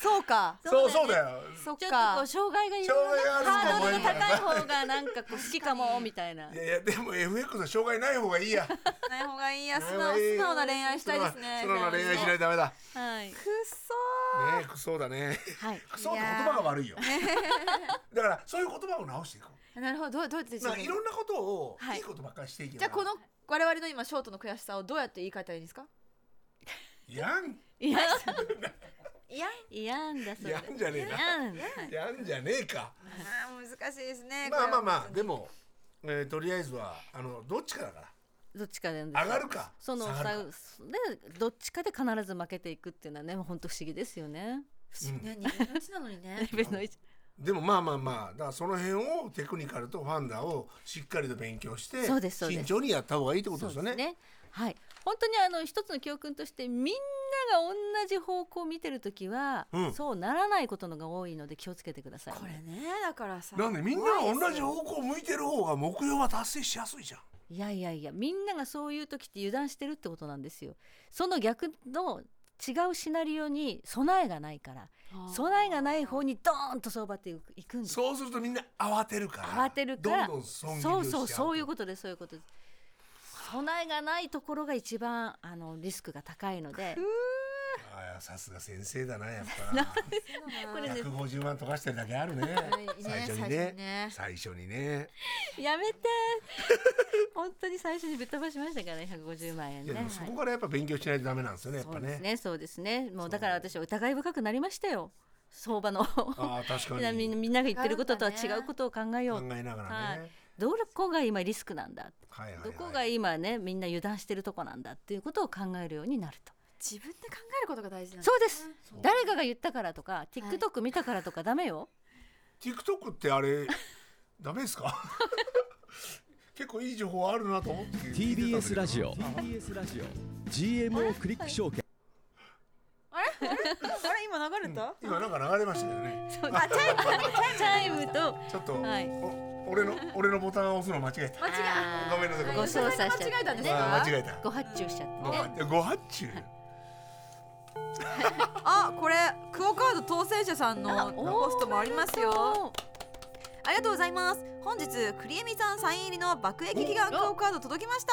S3: そうか
S2: そうそうだよ。
S3: そっ
S4: ちょっとこ
S3: か
S4: う障害がいる
S2: 障害がある
S4: ハードルが
S2: 人もいるから
S4: 高い方がなんかこう好きかもみたいな。
S2: いやいやでも エフエックス は障害ない方がいいや。
S3: ない方がいいや素
S2: ない方がいい
S3: 直素直な恋愛したいですね
S2: 素直な恋愛しないとダメだ。
S4: はい
S3: くっそ
S2: ねえクソだね。
S4: はい。
S2: クソって言葉が悪いよ。だからそういう言葉を直していこ
S3: ーなるほどどうどうやって
S2: う。まあいろんなことを
S3: はい
S2: いいことばっかりしていけば。
S3: じゃあこの我々の今ショートの悔しさをどうやって言い換えたらいいですか？
S2: やん
S4: いや
S3: いや
S4: いやんだそれ。
S2: やんじゃねえな。
S4: やん。はい
S2: やんじゃねえか。
S3: あー難しいですね
S2: まあまあまあ
S3: これは
S2: でも、えーとりあえずはあのどっちかだから
S4: どっちかなんですよ
S2: 上がるか
S4: そのさ
S2: 下がるか
S4: でどっちかで必ず負けていくっていうのはね本当不思議ですよね。
S3: ねにぶんのいちなのにね
S4: レベルの一
S2: でもまあまあまあだからその辺をテクニカルとファンダをしっかりと勉強して
S4: そうですそうです
S2: 慎重にやった方がいいってことですよね。
S4: そうですね。はい。本当にあの一つの教訓としてみんなが同じ方向を見てるときは、
S2: うん
S4: そうならないことのが多いので気をつけてください。
S3: これねだからさ
S2: なんでみんなが同じ方向を向いてる方が目標は達成しやすいじゃん。
S4: いやいやいやみんながそういう時って油断してるってことなんですよ。その逆の違うシナリオに備えがないから備えがない方にドーンと相場っていくんです。
S2: そうするとみんな慌てるから
S4: 慌てるから
S2: どんどん損切り
S4: そう
S2: をしちゃう
S4: そうそういうことですそういうことです。備えがないところが一番あのリスクが高いので
S2: ああさすが先生だなやっぱ
S4: これね
S2: ひゃくごじゅうまん溶かしてるだけあるね
S3: い
S2: 最初に
S3: 最初に
S2: ね
S3: ね
S2: 最初にね
S4: やめて本当に最初にぶっ飛ばしましたからねひゃくごじゅうまん円ね。
S2: いやでもそこからやっぱ勉強しないとダメなんですよねやっぱね。
S4: そうですねそうですねもうだから私は疑い深くなりましたよ相場の
S2: ああ確かに
S4: みんなみんなが言ってることとは違うことを考えよう、
S2: 考えながら
S4: はい
S2: ね。
S4: どこが今リスクなんだ、
S2: はいはいはい
S4: どこが今ねみんな油断してるとこなんだっていうことを考えるようになると。
S3: 自分で考えることが大事なんだ
S4: そうです
S2: そう
S4: 誰かが言ったからとか TikTok 見たからとかダメよ、
S2: TikTok ってあれダメですか結構いい情報あるなと思って
S1: ティービーエス ラジオ ティービーエス ラジオ ジーエムオー クリック証券
S3: あれあれあれ今流れた、
S2: 今なんか流れましたけどね
S4: そうあチャイムチャイムと
S2: ちょっと、
S4: はい
S2: お俺の俺のボタンを押すの間違えた
S3: 間違え
S4: あー
S2: ごめんなさいごめん
S4: ご
S2: なさい
S4: 操作しちゃ
S3: 間違えたんです
S4: ね
S3: か
S2: あー間違えた
S4: ご発注しちゃってね
S2: ごご発注
S3: あこれクオカード当選者さんのポストもありますよ。ありがとうございます。本日クリエミさんサイン入りの爆撃祈願クオカード届きました。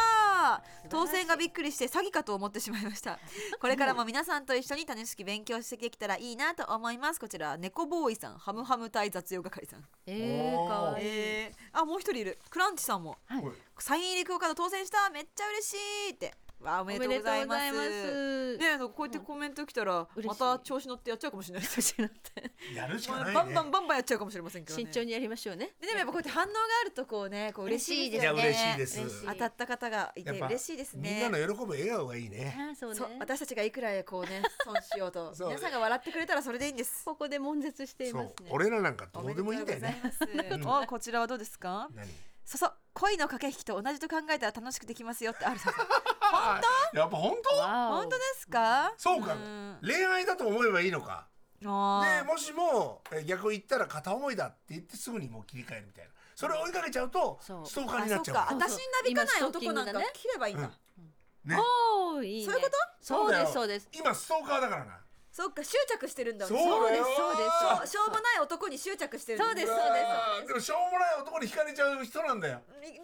S3: 当選がびっくりして詐欺かと思ってしまいました。これからも皆さんと一緒に楽しく勉強してできたらいいなと思います。こちら猫ボーイさんハムハム隊雑用係さん、
S4: えー、かわいい、
S3: えー、あもう一人いるクランチさんも
S4: はい
S2: おい
S3: サイン入りクオカード当選しためっちゃ嬉しいってわあおめでとうございます。
S4: おめでとうございます
S3: ねえこうやってコメント来たら
S4: 嬉しい
S3: また調子乗ってやっちゃうかもしれないです。
S4: 年のって
S2: やるしかないね
S3: バンバンバンバンやっちゃうかもしれませんけどね。
S4: 慎重にやりましょうね。
S3: ででもやっぱこうやって反応があるとこうねこう嬉しいですよね。
S2: いや嬉しいです
S4: 嬉しい
S3: 当たった方がいて
S2: やっぱ
S3: 嬉しいですね。
S2: みんなの喜ぶ笑顔がいいね
S4: あーそうね
S3: そう私たちがいくらこうね損しようと
S2: そう
S3: 皆さんが笑ってくれたらそれでいいんです。
S4: ここで悶絶してい
S2: そう
S4: ますね。
S2: 俺らなんかどうでもいいんだよね
S3: おめでとうございます。おこちらはどうですか。
S2: 何
S3: そうそう恋の駆け引きと同じと考えたら楽しくできますよってあるさん。
S2: やっぱ本当
S4: わお
S3: 本当ですか。
S2: そうか
S3: ん
S2: 恋愛だと思えばいいのか
S3: あ
S2: で
S3: ー
S2: もしもえ逆を言ったら片思いだって言ってすぐにもう切り替えるみたいなそれを追いかけちゃうと
S4: そう
S2: ストーカーになっちゃう
S3: あ
S2: から
S3: そうか私になびかない男なんか
S4: 今ストーキングだね
S3: 切ればいいんだ。
S2: ね
S4: おーいいね。
S3: そういうこと
S4: そう
S2: だよ
S4: ですそうです。
S2: 今ストーカーだからな
S3: そっか執着してるんだ。
S2: そうだよ
S4: そうです
S3: そうしょうもない男に執着してるんだ。
S4: そうです
S2: うわーでもしょうもない男に惹かれちゃう人なんだよ
S3: ねえ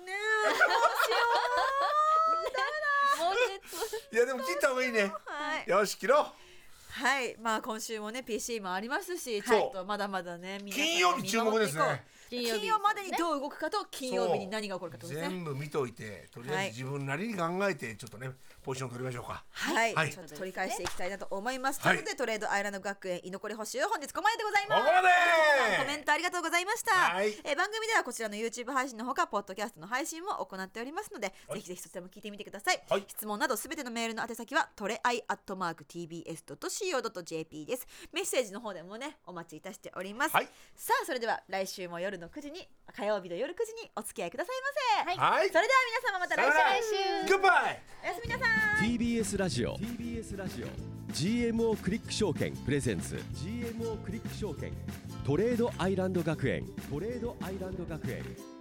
S4: 悶絶。
S2: いやでも切った方がいいね
S3: はい
S2: よし切ろう
S3: はいまあ今週もね ピーシー もありますしち
S2: そう
S3: ょっとまだまだね皆さん
S2: 金曜日注目ですね
S3: 金曜日までにどう動くかと金曜日に何が起こるかってことですね。
S2: 全部見といてとりあ
S3: はい
S2: えず自分なりに考えてちょっとねポジション取りましょうか
S3: はい、
S2: はい
S3: ちょっと取り返していきたいなと思います。
S2: はい
S3: ということでトレードアイランド学園居残り補修本日ここまででございます。
S2: ここまで
S3: コメントありがとうございました、
S2: はい
S3: えー番組ではこちらの YouTube 配信のほかポッドキャストの配信も行っておりますので、
S2: はい
S3: ぜひぜひそちらも聞いてみてください、
S2: はい
S3: 質問などすべてのメールの宛先はトレアイアットマーク ティービーエスドットシーオードットジェーピー です。メッセージの方でもねお待ちいたしております、
S2: はい
S3: さあそれでは来週も夜のくじに火曜日の夜くじにお付き合いくださいませ、
S2: はい
S3: それでは皆様また来週来週
S2: グッバイ
S3: おやすみなさい。
S1: ティービーエス ラジオ ティービーエス ラジオ ジーエムオー クリック証券プレゼンツ ジーエムオー クリック証券トレードアイランド学園トレードアイランド学園